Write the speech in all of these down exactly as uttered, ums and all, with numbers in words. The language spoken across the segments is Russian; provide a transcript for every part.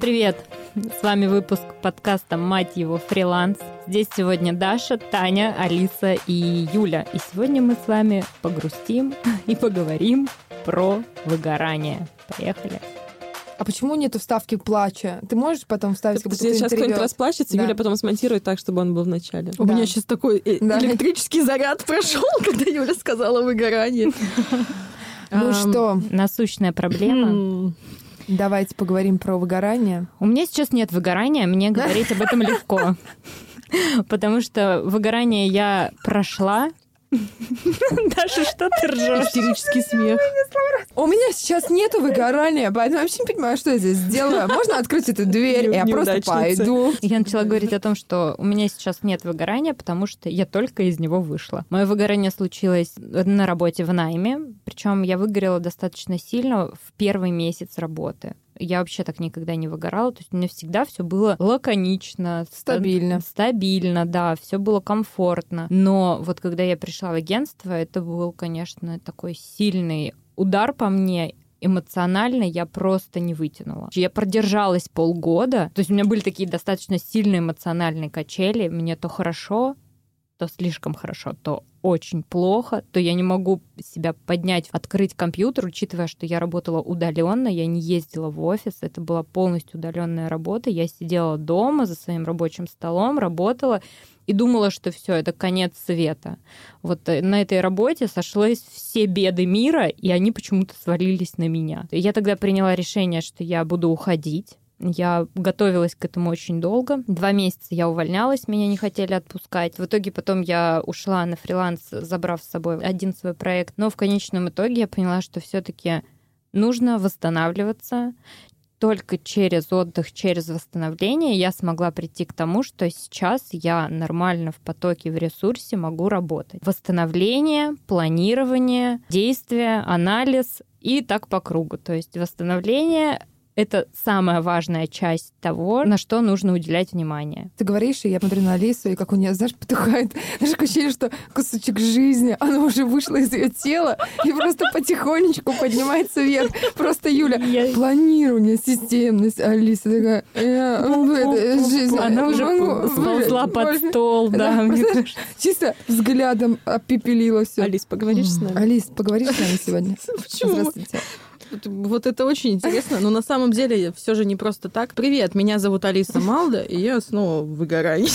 Привет! С вами выпуск подкаста «Мать его, фриланс». Здесь сегодня Даша, Таня, Алиса и Юля. И сегодня мы с вами погрустим и поговорим про выгорание. Поехали! А почему нету вставки плача? Ты можешь потом вставить, как будто сейчас кто-нибудь кто-нибудь ревёт? расплачется, Да. Юля потом смонтирует так, чтобы он был в начале. У Да. меня сейчас такой э- Да. электрический заряд прошел, когда Юля сказала выгорание. Ну что, Насущная проблема. давайте поговорим про выгорание. У меня сейчас нет выгорания, мне говорить об этом легко. Потому что выгорание я прошла. Даша, что ты ржешь? Истерический смех. У меня сейчас нету выгорания, поэтому я вообще не понимаю, что я здесь сделаю. Можно открыть эту дверь, я просто Неудачница. пойду. Я начала говорить о том, что у меня сейчас нет выгорания, потому что я только из него вышла. Мое выгорание случилось на работе в найме, причем я выгорела достаточно сильно в первый месяц работы. Я вообще так никогда не выгорала, то есть у меня всегда все было лаконично, Стабильно. Стабильно, да, все было комфортно. Но вот когда я пришла в агентство, это был, конечно, такой сильный удар по мне. Эмоционально я просто не вытянула. Я продержалась полгода. То есть у меня были такие достаточно сильные эмоциональные качели. Мне то хорошо, то слишком хорошо, то очень плохо, то я не могу себя поднять, открыть компьютер, учитывая, что я работала удаленно, я не ездила в офис, это была полностью удаленная работа, я сидела дома за своим рабочим столом, работала и думала, что все, это конец света. Вот на этой работе сошлись все беды мира, и они почему-то свалились на меня. Я тогда приняла решение, что я буду уходить. Я готовилась к этому очень долго. Два месяца я увольнялась, меня не хотели отпускать. В итоге потом я ушла на фриланс, забрав с собой один свой проект. Но в конечном итоге я поняла, что все-таки нужно восстанавливаться. Только через отдых, через восстановление я смогла прийти к тому, что сейчас я нормально в потоке, в ресурсе могу работать. Восстановление, планирование, действие, анализ и так по кругу. То есть восстановление — это самая важная часть того, на что нужно уделять внимание. Ты говоришь, и я смотрю на Алису, и как у нее, знаешь, потухает. Знаешь, такое ощущение, что кусочек жизни, оно уже вышло из ее тела и просто потихонечку поднимается вверх. Просто Юля, Я- планирование, системность. Алиса такая, я в этой жизни Она уже могу сползла выжить под больше». стол, да, Да, мне просто кажется. чисто взглядом опепелила все. Алис, поговоришь с нами? Алис, поговоришь с нами сегодня? Почему? Здравствуйте. Вот это очень интересно, но на самом деле все же не просто так. Привет, меня зовут Алиса Малда, и я снова в выгорании.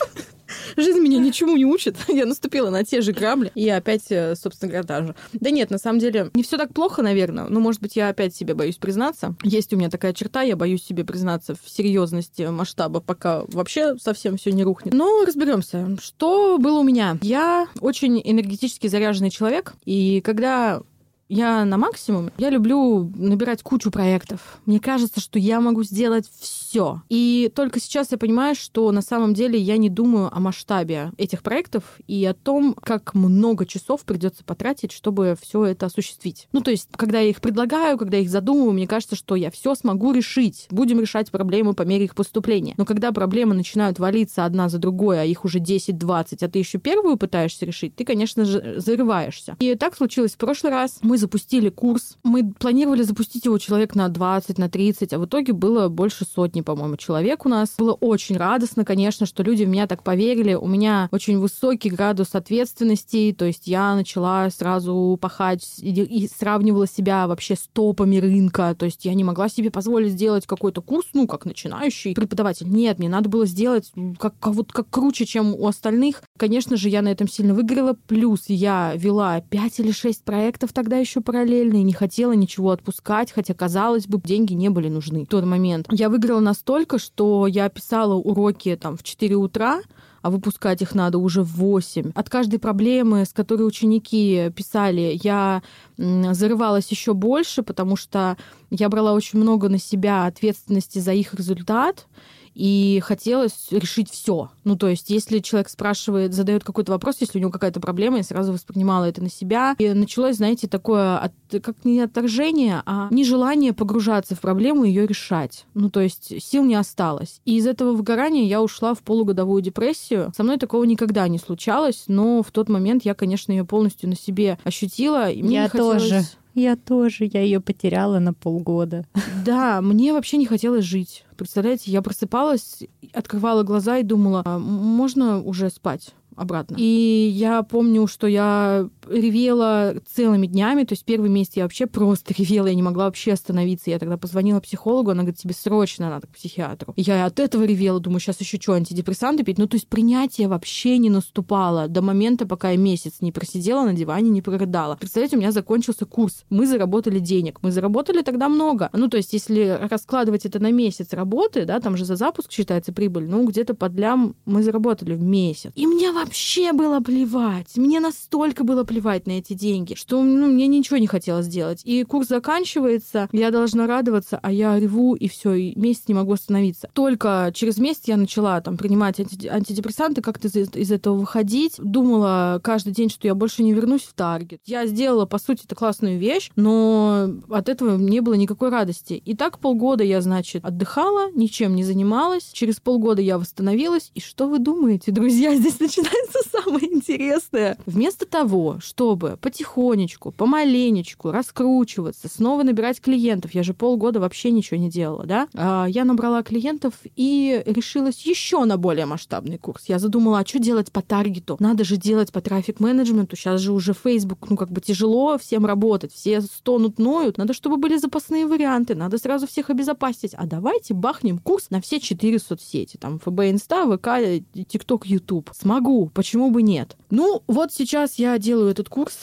Жизнь меня ничему не учит. Я наступила на те же грабли. И опять, собственно говоря, та же. Да нет, на самом деле, не все так плохо, наверное. Ну, может быть, я опять себе боюсь признаться. Есть у меня такая черта, я боюсь себе признаться в серьезности масштаба, пока вообще совсем все не рухнет. Но разберемся. Что было у меня? Я очень энергетически заряженный человек, и когда я на максимуме, я люблю набирать кучу проектов. Мне кажется, что я могу сделать все. И только сейчас я понимаю, что на самом деле я не думаю о масштабе этих проектов и о том, как много часов придется потратить, чтобы все это осуществить. Ну, то есть, когда я их предлагаю, когда я их задумываю, мне кажется, что я все смогу решить. Будем решать проблемы по мере их поступления. Но когда проблемы начинают валиться одна за другой, а их уже десять-двадцать, а ты еще первую пытаешься решить, ты, конечно же, зарываешься. И так случилось в прошлый раз. Мы запустили курс. Мы планировали запустить его человек на двадцать, на тридцать, а в итоге было больше сотни, по-моему, человек у нас. Было очень радостно, конечно, что люди в меня так поверили. У меня очень высокий градус ответственности, то есть я начала сразу пахать и, и сравнивала себя вообще с топами рынка, то есть я не могла себе позволить сделать какой-то курс, ну, как начинающий преподаватель. Нет, мне надо было сделать как, как, вот, как круче, чем у остальных. Конечно же, я на этом сильно выиграла. Плюс я вела пять или шесть проектов тогда еще параллельно и не хотела ничего отпускать, хотя, казалось бы, деньги не были нужны в тот момент. Я выиграла настолько, что я писала уроки там в четыре утра, а выпускать их надо уже в восемь. От каждой проблемы, с которой ученики писали, я зарывалась еще больше, потому что я брала очень много на себя ответственности за их результат, и хотелось решить все. Ну, то есть, если человек спрашивает, задает какой-то вопрос, если у него какая-то проблема, я сразу воспринимала это на себя. И началось, знаете, такое, от, как не отторжение, а нежелание погружаться в проблему и ее решать. Ну, то есть, сил не осталось. И из этого выгорания я ушла в полугодовую депрессию. Со мной такого никогда не случалось, но в тот момент я, конечно, ее полностью на себе ощутила. И мне Я не хотелось... тоже. Я тоже, я ее потеряла на полгода. Да, мне вообще не хотелось жить. Представляете, я просыпалась, открывала глаза и думала, «А можно уже спать обратно?» И я помню, что я ревела целыми днями, то есть первый месяц я вообще просто ревела, я не могла вообще остановиться. Я тогда позвонила психологу, она говорит, тебе срочно надо к психиатру. Я от этого ревела, думаю, сейчас еще что, антидепрессанты пить? Ну, то есть принятие вообще не наступало до момента, пока я месяц не просидела на диване, не прорыдала. Представляете, у меня закончился курс, мы заработали денег, мы заработали тогда много. Ну, то есть если раскладывать это на месяц работы, да, там же за запуск считается прибыль, ну, где-то под лям мы заработали в месяц. И мне вообще было плевать, мне настолько было плевать на эти деньги, что ну, мне ничего не хотелось делать. И курс заканчивается, я должна радоваться, а я реву, и все, и месяц не могу остановиться. Только через месяц я начала там принимать антидепрессанты, как-то из, из этого выходить. Думала каждый день, что я больше не вернусь в Таргет. Я сделала, по сути, это классную вещь, но от этого не было никакой радости. И так полгода я, значит, отдыхала, ничем не занималась. Через полгода я восстановилась. И что вы думаете, друзья? Здесь начинается самое интересное. Вместо того, чтобы потихонечку, помаленечку раскручиваться, снова набирать клиентов. Я же полгода вообще ничего не делала, да? Я набрала клиентов и решилась еще на более масштабный курс. Я задумала, а что делать по таргету? Надо же делать по трафик-менеджменту. Сейчас же уже Facebook, ну, как бы тяжело всем работать. Все стонут, ноют. Надо, чтобы были запасные варианты. Надо сразу всех обезопасить. А давайте бахнем курс на все четыре соцсети. Там эф бэ, Инста, вэ ка, ТикТок, Ютуб. Смогу. Почему бы нет? Ну, вот сейчас я делаю этот курс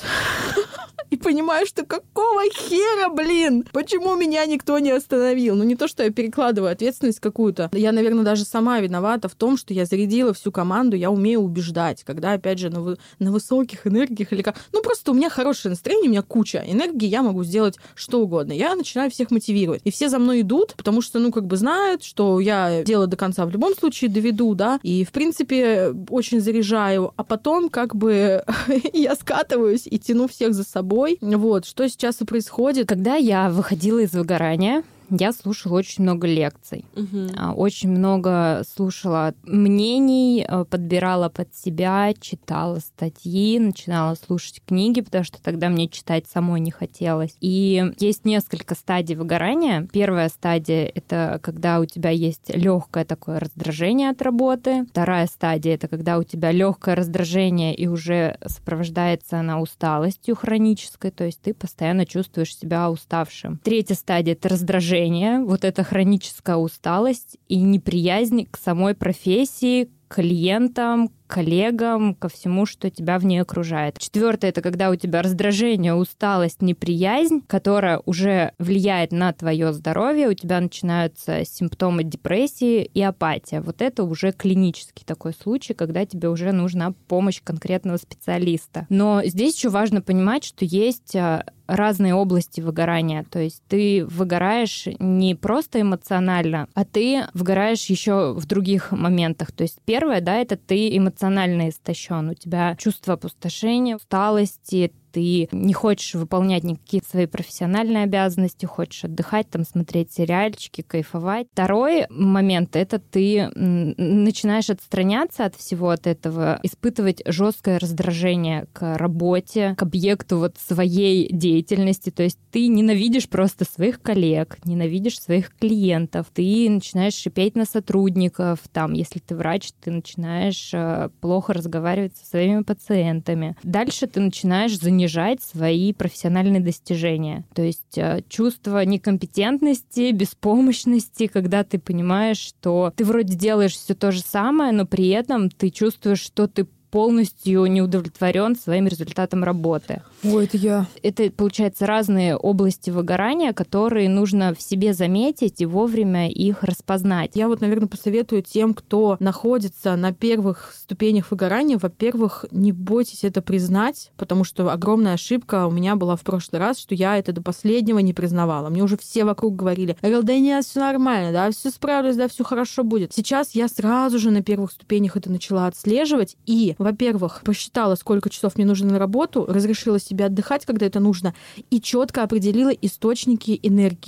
и понимаю, что какого хера, блин, почему меня никто не остановил? Ну, не то, что я перекладываю ответственность какую-то. Я, наверное, даже сама виновата в том, что я зарядила всю команду, я умею убеждать, когда, опять же, на, вы... на высоких энергиях или как... Ну, просто у меня хорошее настроение, у меня куча энергии, я могу сделать что угодно. Я начинаю всех мотивировать. И все за мной идут, потому что, ну, как бы знают, что я дело до конца в любом случае доведу, да, и, в принципе, очень заряжаю. А потом, как бы, я скатываюсь и тяну всех за собой. Вот, что сейчас и происходит. Когда я выходила из выгорания, я слушала очень много лекций, uh-huh. очень много слушала мнений, подбирала под себя, читала статьи, начинала слушать книги, потому что тогда мне читать самой не хотелось. И есть несколько стадий выгорания. Первая стадия — это когда у тебя есть легкое такое раздражение от работы. Вторая стадия — это когда у тебя легкое раздражение и уже сопровождается она усталостью хронической, то есть ты постоянно чувствуешь себя уставшим. Третья стадия — это раздражение. Вот эта хроническая усталость и неприязнь к самой профессии, к клиентам, коллегам, ко всему, что тебя в ней окружает. Четвертое — это когда у тебя раздражение, усталость, неприязнь, которая уже влияет на твое здоровье, у тебя начинаются симптомы депрессии и апатия. Вот это уже клинический такой случай, когда тебе уже нужна помощь конкретного специалиста. Но здесь еще важно понимать, что есть разные области выгорания. То есть ты выгораешь не просто эмоционально, а ты выгораешь еще в других моментах. То есть первое, да, это ты эмоционально эмоционально истощен, у тебя чувство опустошения, усталости, ты не хочешь выполнять никакие свои профессиональные обязанности, хочешь отдыхать, там, смотреть сериальчики, кайфовать. Второй момент — это ты начинаешь отстраняться от всего от этого, испытывать жесткое раздражение к работе, к объекту вот своей деятельности. То есть ты ненавидишь просто своих коллег, ненавидишь своих клиентов, ты начинаешь шипеть на сотрудников, там, если ты врач, ты начинаешь плохо разговаривать со своими пациентами. Дальше ты начинаешь занижать свои профессиональные достижения. То есть чувство некомпетентности, беспомощности, когда ты понимаешь, что ты вроде делаешь все то же самое, но при этом ты чувствуешь, что ты полностью не удовлетворен своим результатом работы. Ой, это я. Это, получается, разные области выгорания, которые нужно в себе заметить и вовремя их распознать. Я вот, наверное, посоветую тем, кто находится на первых ступенях выгорания, во-первых, не бойтесь это признать, потому что огромная ошибка у меня была в прошлый раз, что я это до последнего не признавала. Мне уже все вокруг говорили: я говорила, да нет, все нормально, да, все справлюсь, да, все хорошо будет. Сейчас я сразу же на первых ступенях это начала отслеживать и, во-первых, посчитала, сколько часов мне нужно на работу, разрешила себе отдыхать, когда это нужно, и четко определила источники энергии.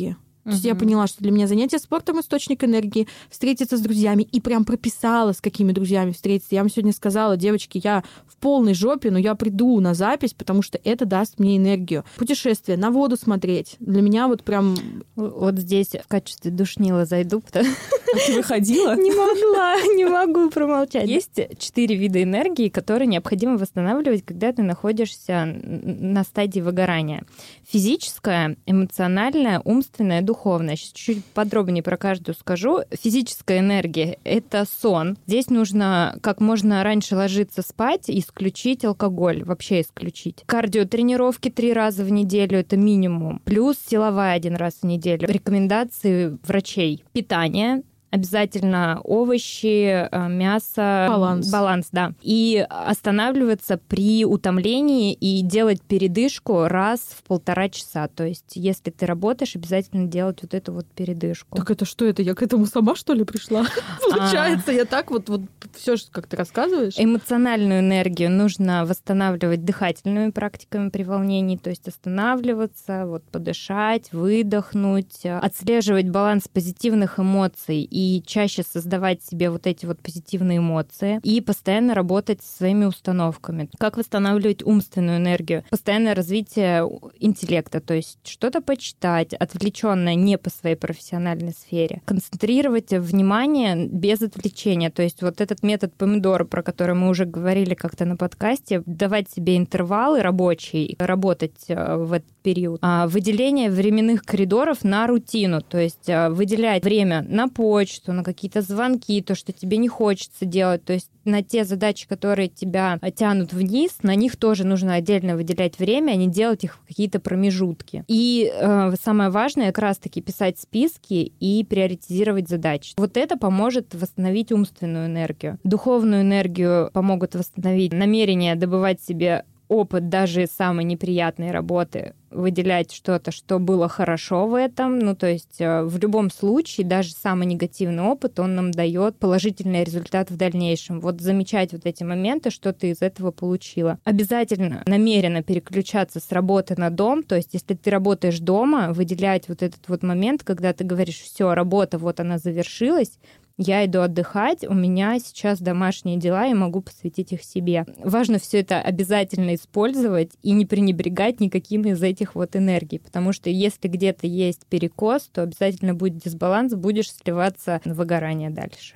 То есть я поняла, что для меня занятие спортом источник энергии, встретиться с друзьями, и прям прописала, с какими друзьями встретиться. Я вам сегодня сказала: девочки, я в полной жопе, но я приду на запись, потому что это даст мне энергию. Путешествие, на воду смотреть. Для меня вот прям... Вот здесь в качестве душнила зайду, потому А ты выходила? Не могла, не могу промолчать. Есть четыре вида энергии, которые необходимо восстанавливать, когда ты находишься на стадии выгорания. Физическая, эмоциональная, умственная, духовная. Сейчас чуть-чуть подробнее про каждую скажу. Физическая энергия — это сон. Здесь нужно как можно раньше ложиться спать и исключить алкоголь, вообще исключить. Кардиотренировки три раза в неделю — это минимум. Плюс силовая один раз в неделю. Рекомендации врачей. Питание. Обязательно овощи, мясо, баланс. баланс, да. И останавливаться при утомлении и делать передышку раз в полтора часа. То есть, если ты работаешь, обязательно делать вот эту вот передышку. Так это что это? Я к этому сама, что ли, пришла? Получается, я так вот, вот все, как ты рассказываешь. Эмоциональную энергию нужно восстанавливать дыхательными практиками при волнении, то есть останавливаться, вот подышать, выдохнуть, отслеживать баланс позитивных эмоций и чаще создавать себе вот эти вот позитивные эмоции и постоянно работать со своими установками. Как восстанавливать умственную энергию? Постоянное развитие интеллекта, то есть что-то почитать, отвлеченное не по своей профессиональной сфере. Концентрировать внимание без отвлечения, то есть вот этот метод помидора, про который мы уже говорили как-то на подкасте, давать себе интервалы рабочие, работать в этот период. Выделение временных коридоров на рутину, то есть выделять время на почту, на какие-то звонки, то, что тебе не хочется делать, то есть на те задачи, которые тебя тянут вниз, на них тоже нужно отдельно выделять время, а не делать их в какие-то промежутки. И э, самое важное, как раз-таки писать списки и приоритизировать задачи. Вот это поможет восстановить умственную энергию. Духовную энергию помогут восстановить намерение добывать себе опыт даже самой неприятной работы, выделять что-то, что было хорошо в этом. Ну, то есть в любом случае, даже самый негативный опыт, он нам дает положительный результат в дальнейшем. Вот замечать вот эти моменты, что ты из этого получила. Обязательно намеренно переключаться с работы на дом. То есть если ты работаешь дома, выделять вот этот вот момент, когда ты говоришь: все, работа, вот она завершилась, я иду отдыхать, у меня сейчас домашние дела, я могу посвятить их себе. Важно все это обязательно использовать и не пренебрегать никаким из этих вот энергий, потому что если где-то есть перекос, то обязательно будет дисбаланс, будешь сливаться на выгорание дальше.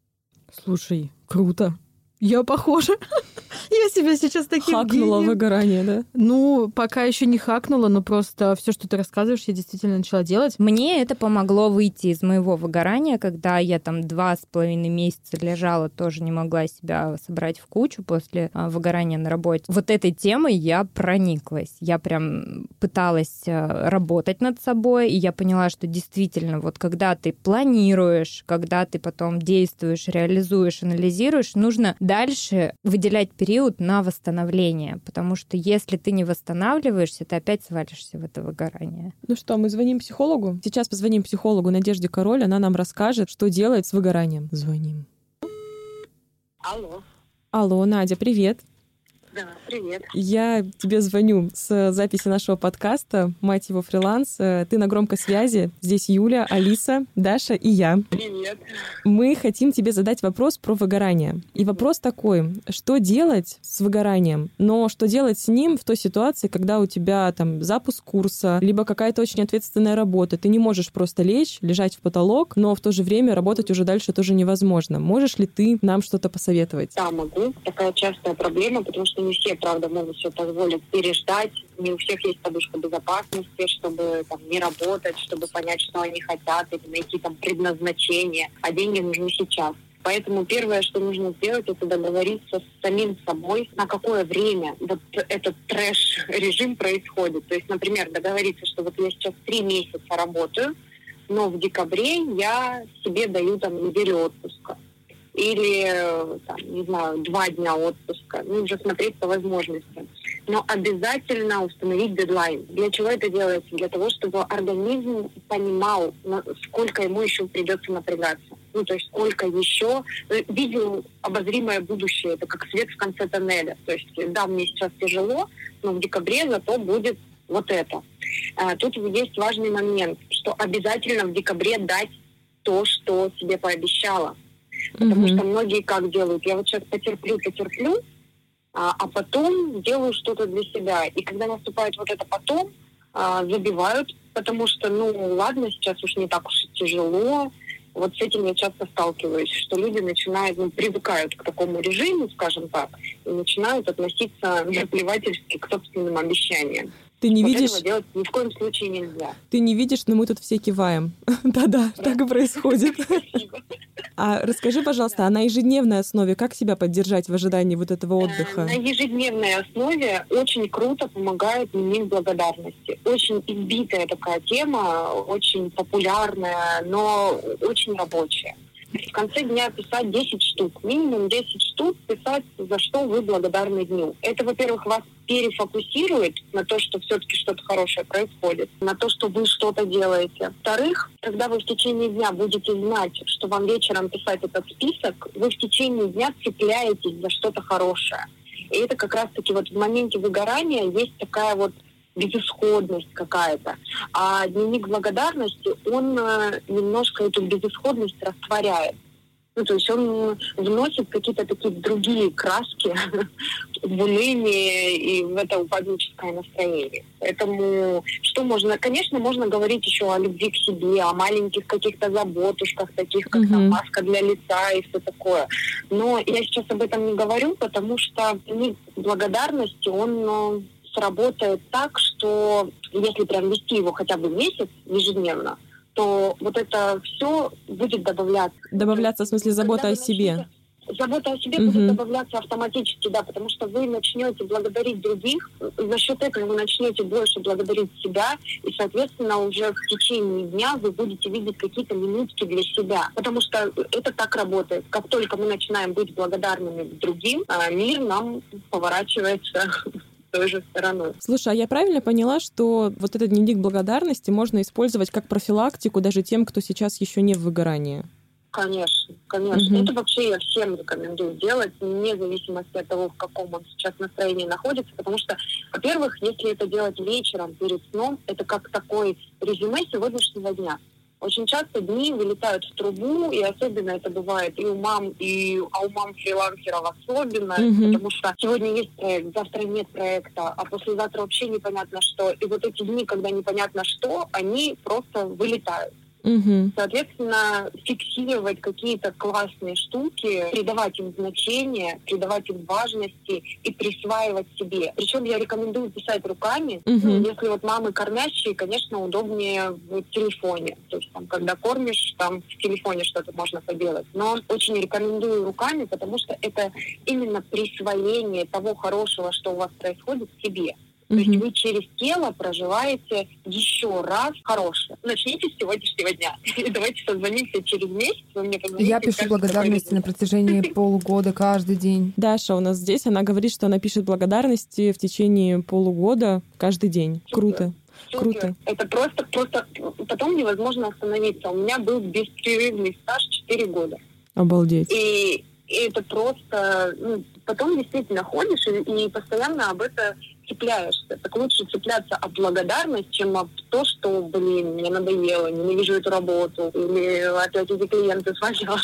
Слушай, круто. Я похожа. Я себя сейчас таким Хакнула гением. выгорание, да? Ну, пока еще не хакнула, но просто все, что ты рассказываешь, я действительно начала делать. Мне это помогло выйти из моего выгорания, когда я там два с половиной месяца лежала, тоже не могла себя собрать в кучу после выгорания на работе. Вот этой темой я прониклась. Я прям пыталась работать над собой, и я поняла, что действительно, вот когда ты планируешь, когда ты потом действуешь, реализуешь, анализируешь, нужно дальше выделять период на восстановление, потому что если ты не восстанавливаешься, ты опять свалишься в это выгорание. Ну что, мы звоним психологу? Сейчас позвоним психологу Надежде Король, она нам расскажет, что делать с выгоранием. Звоним. Алло. Алло, Надя, привет. Да, привет. Я тебе звоню с записи нашего подкаста «Мать его, фриланс». Ты на громкой связи. Здесь Юля, Алиса, Даша и я. Привет. Мы хотим тебе задать вопрос про выгорание. И вопрос такой: что делать с выгоранием? Но что делать с ним в той ситуации, когда у тебя там запуск курса, либо какая-то очень ответственная работа. Ты не можешь просто лечь, лежать в потолок, но в то же время работать уже дальше тоже невозможно. Можешь ли ты нам что-то посоветовать? Да, могу. Такая частая проблема, потому что не все, правда, могут себе позволить переждать. Не у всех есть подушка безопасности, чтобы там не работать, чтобы понять, что они хотят, или найти там предназначение. А деньги нужны сейчас. Поэтому первое, что нужно сделать, это договориться с самим собой, на какое время вот этот трэш-режим происходит. То есть, например, договориться, что вот я сейчас три месяца работаю, но в декабре я себе даю там неделю отпуска. Или, там, не знаю, два дня отпуска. Ну, уже смотреть по возможности. Но обязательно установить дедлайн. Для чего это делается? Для того, чтобы организм понимал, сколько ему еще придется напрягаться. Ну, то есть сколько еще... Видел обозримое будущее. Это как свет в конце тоннеля. То есть, да, мне сейчас тяжело, но в декабре зато будет вот это. А, тут есть важный момент, что обязательно в декабре дать то, что себе пообещала. Потому Мгм. что многие как делают? Я вот сейчас потерплю, потерплю, а, а потом делаю что-то для себя. И когда наступает вот это потом, а, забивают, потому что, ну, ладно, сейчас уж не так уж и тяжело. Вот с этим я часто сталкиваюсь, что люди начинают, ну, привыкают к такому режиму, скажем так, и начинают относиться наплевательски к собственным обещаниям. Ты не Вот видишь, этого делать ни в коем случае нельзя. ты не видишь, но мы тут все киваем. Да-да, так и происходит. Спасибо. А расскажи, пожалуйста, а на ежедневной основе как себя поддержать в ожидании вот этого Э, отдыха? На ежедневной основе очень круто помогает дневник благодарности. Очень избитая такая тема, очень популярная, но очень рабочая. В конце дня писать десять штук, минимум десять штук писать, за что вы благодарны дню. Это, во-первых, вас перефокусирует на то, что все-таки что-то хорошее происходит, на то, что вы что-то делаете. Во-вторых, когда вы в течение дня будете знать, что вам вечером писать этот список, вы в течение дня цепляетесь за что-то хорошее. И это как раз-таки вот в моменте выгорания есть такая вот безысходность какая-то. А дневник благодарности, он э, немножко эту безысходность растворяет. Ну, то есть он вносит какие-то такие другие краски в уныние и в это упадническое настроение. Поэтому что можно? Конечно, можно говорить еще о любви к себе, о маленьких каких-то заботушках, таких как там Мгм. маска для лица и все такое. Но я сейчас об этом не говорю, потому что дневник благодарности, он э, сработает так, что если прям вести его хотя бы месяц ежедневно, то вот это все будет добавляться. Добавляться, в смысле, забота Когда о вы себе. начнете- Забота о себе Мгм. будет добавляться автоматически, да, потому что вы начнете благодарить других, за счет этого вы начнете больше благодарить себя, и, соответственно, уже в течение дня вы будете видеть какие-то минутки для себя. Потому что это так работает. Как только мы начинаем быть благодарными к другим, а, мир нам поворачивается той же стороной. Слушай, а я правильно поняла, что вот этот дневник благодарности можно использовать как профилактику даже тем, кто сейчас еще не в выгорании? Конечно, конечно. Мгм. Это вообще я всем рекомендую делать, вне зависимости от того, в каком он сейчас настроении находится, потому что, во-первых, если это делать вечером перед сном, это как такой резюме сегодняшнего дня. Очень часто дни вылетают в трубу, и особенно это бывает и у мам, и а у мам фрилансеров особенно, Мгм. потому что сегодня есть проект, завтра нет проекта, а послезавтра вообще непонятно что. И вот эти дни, когда непонятно что, они просто вылетают. Угу. Соответственно, фиксировать какие-то классные штуки, придавать им значение, придавать им важности и присваивать себе. Причем я рекомендую писать руками. Мгм. Ну, если вот мамы кормящие, конечно, удобнее в телефоне. То есть там, когда кормишь, там в телефоне что-то можно поделать. Но очень рекомендую руками, потому что это именно присвоение того хорошего, что у вас происходит, себе. То есть Мгм. вы через тело проживаете еще раз хорошее. Начните с сегодняшнего дня. И давайте созвонимся через месяц. Вы мне позвоните. Я и пишу скажете, благодарности какой на протяжении полугода каждый день. Даша у нас здесь, она говорит, что она пишет благодарности в течение полугода каждый день. Супер. Круто. Супер. Круто. Это просто, просто потом невозможно остановиться. У меня был беспрерывный стаж четыре года. Обалдеть. И, и это просто... Ну, потом действительно ходишь и, и постоянно об этом цепляешься. Так лучше цепляться об благодарность, чем об то, что, блин, мне надоело, ненавижу эту работу, или опять эти клиенты звонят.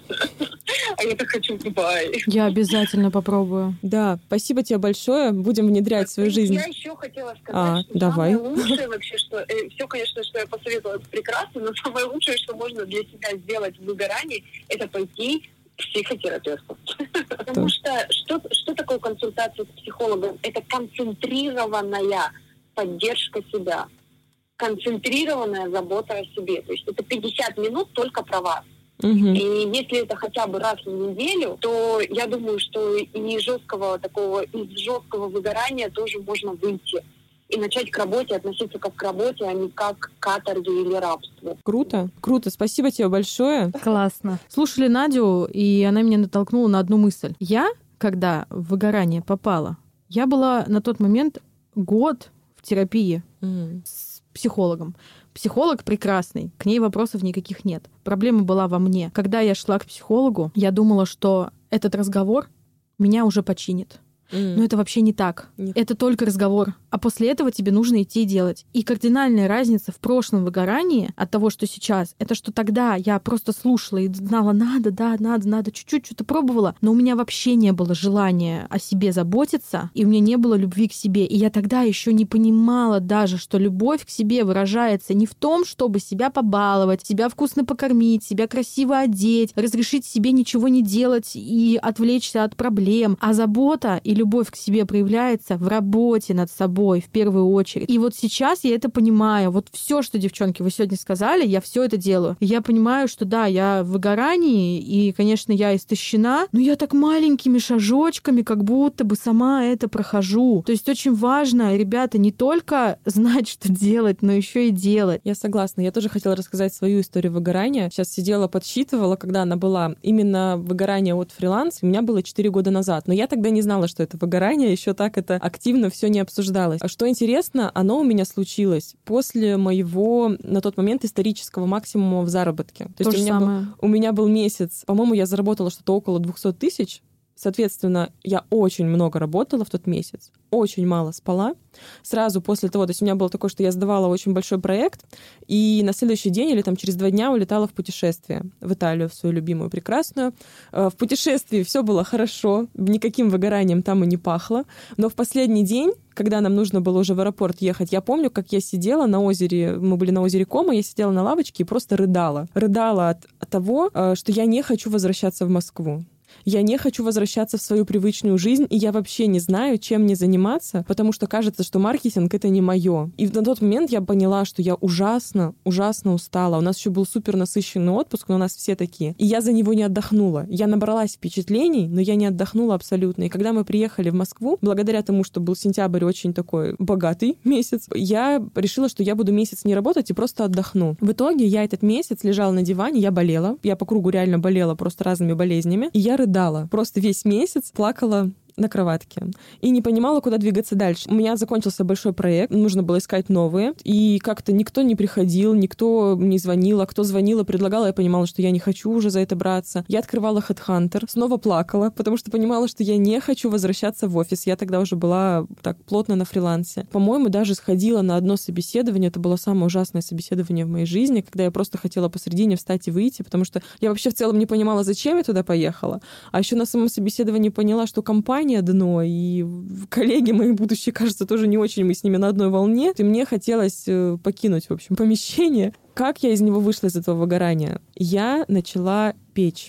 А я так хочу в Дубай. Я обязательно попробую. Да, спасибо тебе большое. Будем внедрять в свою жизнь. Я еще хотела сказать, А, что давай. самое лучшее вообще, что э, все, конечно, что я посоветовала, это прекрасно, но самое лучшее, что можно для себя сделать в выгорании, это пойти к психотерапевту. Потому что что, что такое консультация с психологом? Это концентрированная поддержка себя, концентрированная забота о себе. То есть это пятьдесят минут только про вас. Мгм. И если это хотя бы раз в неделю, то я думаю, что и жесткого такого, из жесткого выгорания тоже можно выйти. И начать к работе относиться как к работе, а не как к каторге или рабству. Круто. Круто. Спасибо тебе большое. Классно. Слушали Надю, и она меня натолкнула на одну мысль. Я, когда в выгорание попала, я была на тот момент год в терапии Мгм. с психологом. Психолог прекрасный, к ней вопросов никаких нет. Проблема была во мне. Когда я шла к психологу, я думала, что этот разговор меня уже починит. Mm. Но это вообще не так. Нет. Это только разговор. А после этого тебе нужно идти и делать. И кардинальная разница в прошлом выгорании от того, что сейчас, это что тогда я просто слушала и знала, надо, да, надо, надо, чуть-чуть что-то пробовала, но у меня вообще не было желания о себе заботиться, и у меня не было любви к себе. И я тогда еще не понимала даже, что любовь к себе выражается не в том, чтобы себя побаловать, себя вкусно покормить, себя красиво одеть, разрешить себе ничего не делать и отвлечься от проблем, а забота и любовь к себе проявляется в работе над собой в первую очередь. И вот сейчас я это понимаю. Вот все, что, девчонки, вы сегодня сказали, я все это делаю. И я понимаю, что да, я в выгорании, и, конечно, я истощена, но я так маленькими шажочками как будто бы сама это прохожу. То есть очень важно, ребята, не только знать, что делать, но еще и делать. Я согласна. Я тоже хотела рассказать свою историю выгорания. Сейчас сидела, подсчитывала, когда она была. Именно выгорание от фриланса у меня было четыре года назад. Но я тогда не знала, что это выгорание, еще так это активно все не обсуждалось. А что интересно, оно у меня случилось после моего на тот момент исторического максимума в заработке. То, То есть же у меня, самое. был, у меня был месяц, по-моему, я заработала что-то около двести тысяч. Соответственно, я очень много работала в тот месяц, очень мало спала. Сразу после того, то есть у меня было такое, что я сдавала очень большой проект, и на следующий день или там через два дня улетала в путешествие в Италию, в свою любимую, прекрасную. В путешествии все было хорошо, никаким выгоранием там и не пахло, но в последний день, когда нам нужно было уже в аэропорт ехать, я помню, как я сидела на озере, мы были на озере Кома, я сидела на лавочке и просто рыдала. Рыдала от, от того, что я не хочу возвращаться в Москву. Я не хочу возвращаться в свою привычную жизнь, и я вообще не знаю, чем мне заниматься, потому что кажется, что маркетинг — это не мое. И на тот момент я поняла, что я ужасно, ужасно устала. У нас еще был супер насыщенный отпуск, но у нас все такие. И я за него не отдохнула. Я набралась впечатлений, но я не отдохнула абсолютно. И когда мы приехали в Москву, благодаря тому, что был сентябрь очень такой богатый месяц, я решила, что я буду месяц не работать и просто отдохну. В итоге я этот месяц лежала на диване, я болела. Я по кругу реально болела просто разными болезнями. И я рыдала. Просто весь месяц плакала на кроватке и не понимала, куда двигаться дальше. У меня закончился большой проект, нужно было искать новые, и как-то никто не приходил, никто не звонил, а кто звонил и предлагал, я понимала, что я не хочу уже за это браться. Я открывала HeadHunter, снова плакала, потому что понимала, что я не хочу возвращаться в офис. Я тогда уже была так плотно на фрилансе. По-моему, даже сходила на одно собеседование, это было самое ужасное собеседование в моей жизни, когда я просто хотела посредине встать и выйти, потому что я вообще в целом не понимала, зачем я туда поехала, а еще на самом собеседовании поняла, что компания дно, и коллеги мои будущие, кажется, тоже не очень мы с ними на одной волне. И мне хотелось покинуть, в общем, помещение. Как я из него вышла, из этого выгорания? Я начала печь.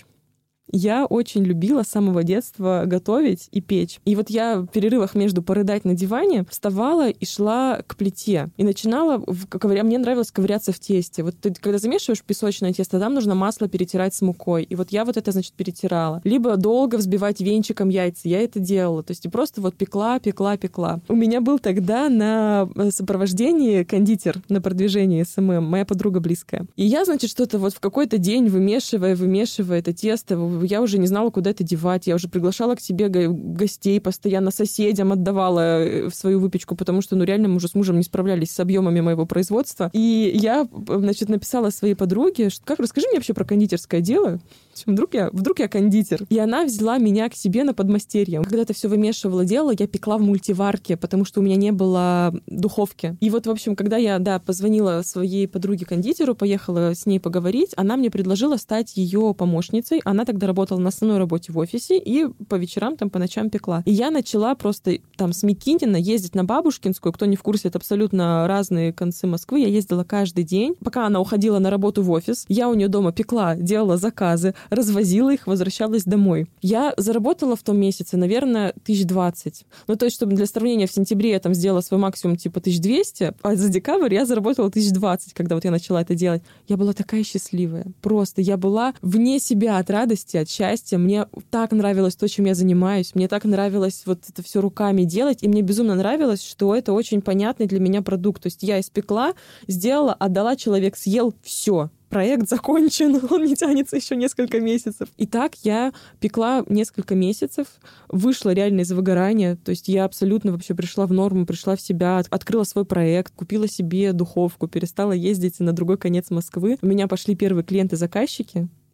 Я очень любила с самого детства готовить и печь. И вот я в перерывах между порыдать на диване вставала и шла к плите. И начинала, ковыря... мне нравилось ковыряться в тесте. Вот ты, когда замешиваешь песочное тесто, там нужно масло перетирать с мукой. И вот я вот это, значит, перетирала. Либо долго взбивать венчиком яйца. Я это делала. То есть и просто вот пекла, пекла, пекла. У меня был тогда на сопровождении кондитер на продвижении эс эм эм, моя подруга близкая. И я, значит, что-то вот в какой-то день вымешивая, вымешивая это тесто, я уже не знала, куда это девать. Я уже приглашала к себе гостей, постоянно соседям отдавала свою выпечку, потому что, ну, реально мы уже с мужем не справлялись с объемами моего производства. И я, значит, написала своей подруге, что, как, расскажи мне вообще про кондитерское дело. Вдруг я, вдруг я кондитер. И она взяла меня к себе на подмастерье. Когда это все вымешивала, делала, я пекла в мультиварке, потому что у меня не было духовки. И вот, в общем, когда я, да, позвонила своей подруге-кондитеру, поехала с ней поговорить, она мне предложила стать ее помощницей. Она тогда работала на основной работе в офисе и по вечерам, там, по ночам пекла. И я начала просто там с Микинина ездить на Бабушкинскую. Кто не в курсе, это абсолютно разные концы Москвы. Я ездила каждый день. Пока она уходила на работу в офис, я у нее дома пекла, делала заказы, развозила их, возвращалась домой. Я заработала в том месяце, наверное, тысяч двадцать. Ну, то есть, чтобы для сравнения, в сентябре я там сделала свой максимум типа тысяч двести, а за декабрь я заработала тысяч двадцать, когда вот я начала это делать. Я была такая счастливая. Просто я была вне себя от радости, от счастья. Мне так нравилось то, чем я занимаюсь. Мне так нравилось вот это все руками делать. И мне безумно нравилось, что это очень понятный для меня продукт. То есть я испекла, сделала, отдала, человек съел, все. Проект закончен, он не тянется еще несколько месяцев. И так я пекла несколько месяцев, вышла реально из выгорания, то есть я абсолютно вообще пришла в норму, пришла в себя, открыла свой проект, купила себе духовку, перестала ездить на другой конец Москвы. У меня пошли первые клиенты-заказчики,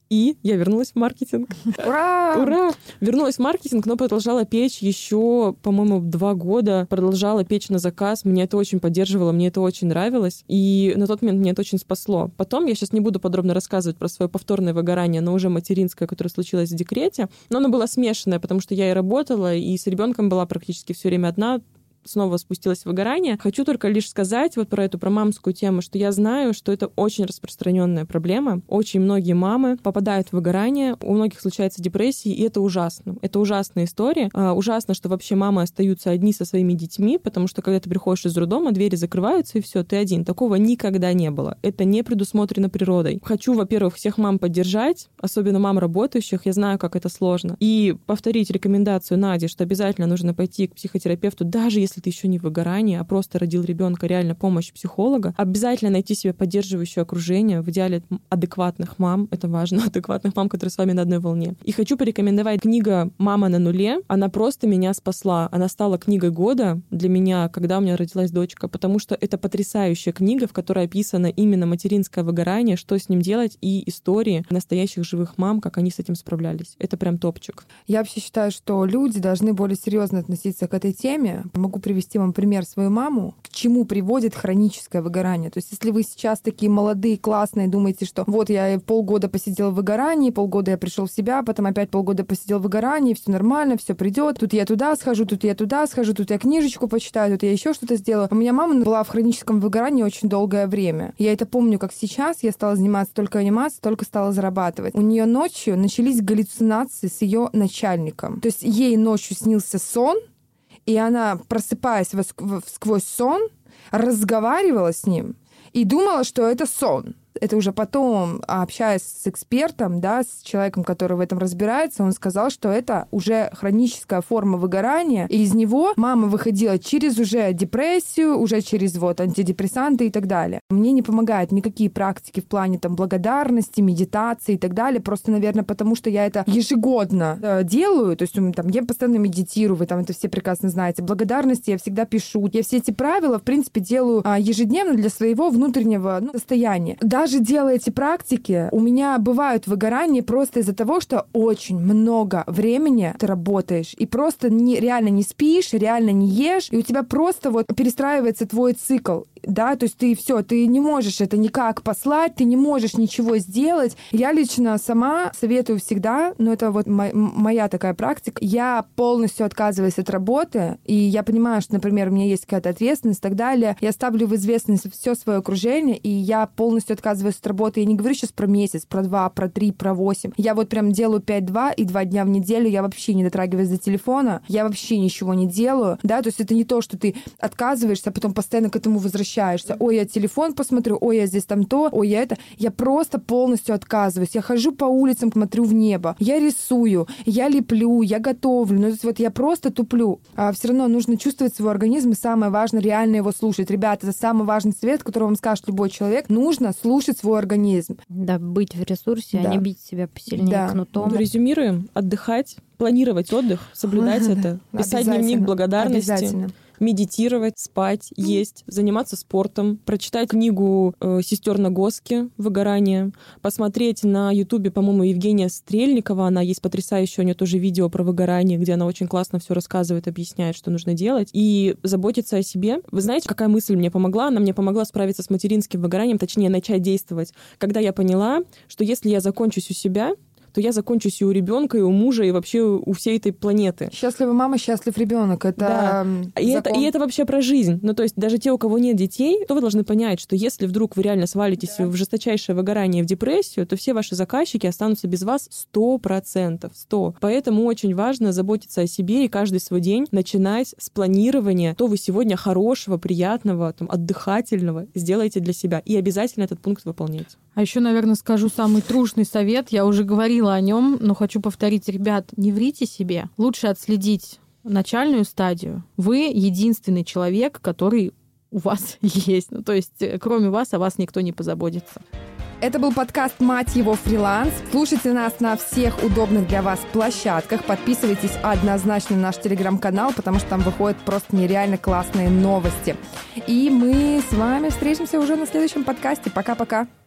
И я вернулась в маркетинг. Ура! Ура! Вернулась в маркетинг, но продолжала печь еще, по-моему, два года. Продолжала печь на заказ. Меня это очень поддерживало, мне это очень нравилось. И на тот момент меня это очень спасло. Потом, я сейчас не буду подробно рассказывать про свое повторное выгорание, но уже материнское, которое случилось в декрете. Но оно было смешанное, потому что я и работала, и с ребенком была практически все время одна, снова спустилась в выгорание. Хочу только лишь сказать вот про эту, про мамскую тему, что я знаю, что это очень распространенная проблема. Очень многие мамы попадают в выгорание, у многих случается депрессия, и это ужасно. Это ужасная история. А, ужасно, что вообще мамы остаются одни со своими детьми, потому что когда ты приходишь из роддома, двери закрываются, и все, ты один. Такого никогда не было. Это не предусмотрено природой. Хочу, во-первых, всех мам поддержать, особенно мам работающих. Я знаю, как это сложно. И повторить рекомендацию Нади, что обязательно нужно пойти к психотерапевту, даже если ты еще не в выгорании, а просто родил ребенка, реально помощь психолога. Обязательно найти себе поддерживающее окружение, в идеале адекватных мам, это важно, адекватных мам, которые с вами на одной волне. И хочу порекомендовать книга «Мама на нуле». Она просто меня спасла. Она стала книгой года для меня, когда у меня родилась дочка, потому что это потрясающая книга, в которой описано именно материнское выгорание, что с ним делать, и истории настоящих живых мам, как они с этим справлялись. Это прям топчик. Я вообще считаю, что люди должны более серьезно относиться к этой теме. Могу привести вам пример свою маму, к чему приводит хроническое выгорание. То есть если вы сейчас такие молодые, классные, думаете, что вот я полгода посидела в выгорании, полгода я пришел в себя, потом опять полгода посидел в выгорании, все нормально, все придет. Тут я туда схожу, тут я туда схожу, тут я книжечку почитаю, тут я еще что-то сделаю. У меня мама была в хроническом выгорании очень долгое время. Я это помню, как сейчас. Я стала заниматься только анимацией, только стала зарабатывать. У нее ночью начались галлюцинации с ее начальником. То есть ей ночью снился сон, и она, просыпаясь сквозь сон, разговаривала с ним и думала, что это сон. Это уже потом, общаясь с экспертом, да, с человеком, который в этом разбирается, он сказал, что это уже хроническая форма выгорания, и из него мама выходила через уже депрессию, уже через вот антидепрессанты и так далее. Мне не помогают никакие практики в плане там благодарности, медитации и так далее, просто, наверное, потому что я это ежегодно э, делаю, то есть там, я постоянно медитирую, вы там это все прекрасно знаете. Благодарности я всегда пишу. Я все эти правила, в принципе, делаю э, ежедневно для своего внутреннего ну, состояния. Даже делая эти практики, у меня бывают выгорания просто из-за того, что очень много времени ты работаешь и просто не, реально не спишь, реально не ешь, и у тебя просто вот перестраивается твой цикл. Да, то есть ты все, ты не можешь это никак послать, ты не можешь ничего сделать. Я лично сама советую всегда, но это вот мо- моя такая практика, я полностью отказываюсь от работы, и я понимаю, что, например, у меня есть какая-то ответственность и так далее, я ставлю в известность все свое окружение, и я полностью отказываюсь от работы. Я не говорю сейчас про месяц, про два, про три, про восемь. Я вот прям делаю пять-два, и два дня в неделю я вообще не дотрагиваюсь до телефона, я вообще ничего не делаю, да, то есть это не то, что ты отказываешься, а потом постоянно к этому возвращаешься. Ой, я телефон посмотрю, ой, я здесь там то, ой, я это. Я просто полностью отказываюсь. Я хожу по улицам, смотрю в небо. Я рисую, я леплю, я готовлю. Ну, то есть вот я просто туплю. А все равно нужно чувствовать свой организм, и самое важное, реально его слушать. Ребята, это самый важный совет, который вам скажет любой человек. Нужно слушать свой организм. Да, быть в ресурсе, да. А не бить себя посильнее да. кнутом. Ну, резюмируем. Отдыхать, планировать отдых, соблюдать это, писать дневник благодарности. Медитировать, спать, есть, заниматься спортом, прочитать книгу э, сестер Нагоски «Выгорание», посмотреть на Ютубе, по-моему, Евгения Стрельникова, она есть потрясающая, у нее тоже видео про выгорание, где она очень классно все рассказывает, объясняет, что нужно делать, и заботиться о себе. Вы знаете, какая мысль мне помогла? Она мне помогла справиться с материнским выгоранием, точнее, начать действовать, когда я поняла, что если я закончусь у себя, то я закончусь и у ребенка, и у мужа, и вообще у всей этой планеты. Счастлива мама, счастлив ребенок. Это да. и, это, и это вообще про жизнь. Ну, то есть даже те, у кого нет детей, то вы должны понять, что если вдруг вы реально свалитесь да. в жесточайшее выгорание, в депрессию, то все ваши заказчики останутся без вас сто процентов. сто. Поэтому очень важно заботиться о себе и каждый свой день начинать с планирования, что вы сегодня хорошего, приятного, там, отдыхательного сделаете для себя. И обязательно этот пункт выполняйте. А еще, наверное, скажу самый трушный совет. Я уже говорила о нем, но хочу повторить, ребят, не врите себе. Лучше отследить начальную стадию. Вы единственный человек, который у вас есть. Ну, то есть, кроме вас, о вас никто не позаботится. Это был подкаст «Мать его, фриланс». Слушайте нас на всех удобных для вас площадках. Подписывайтесь однозначно на наш телеграм-канал, потому что там выходят просто нереально классные новости. И мы с вами встретимся уже на следующем подкасте. Пока-пока.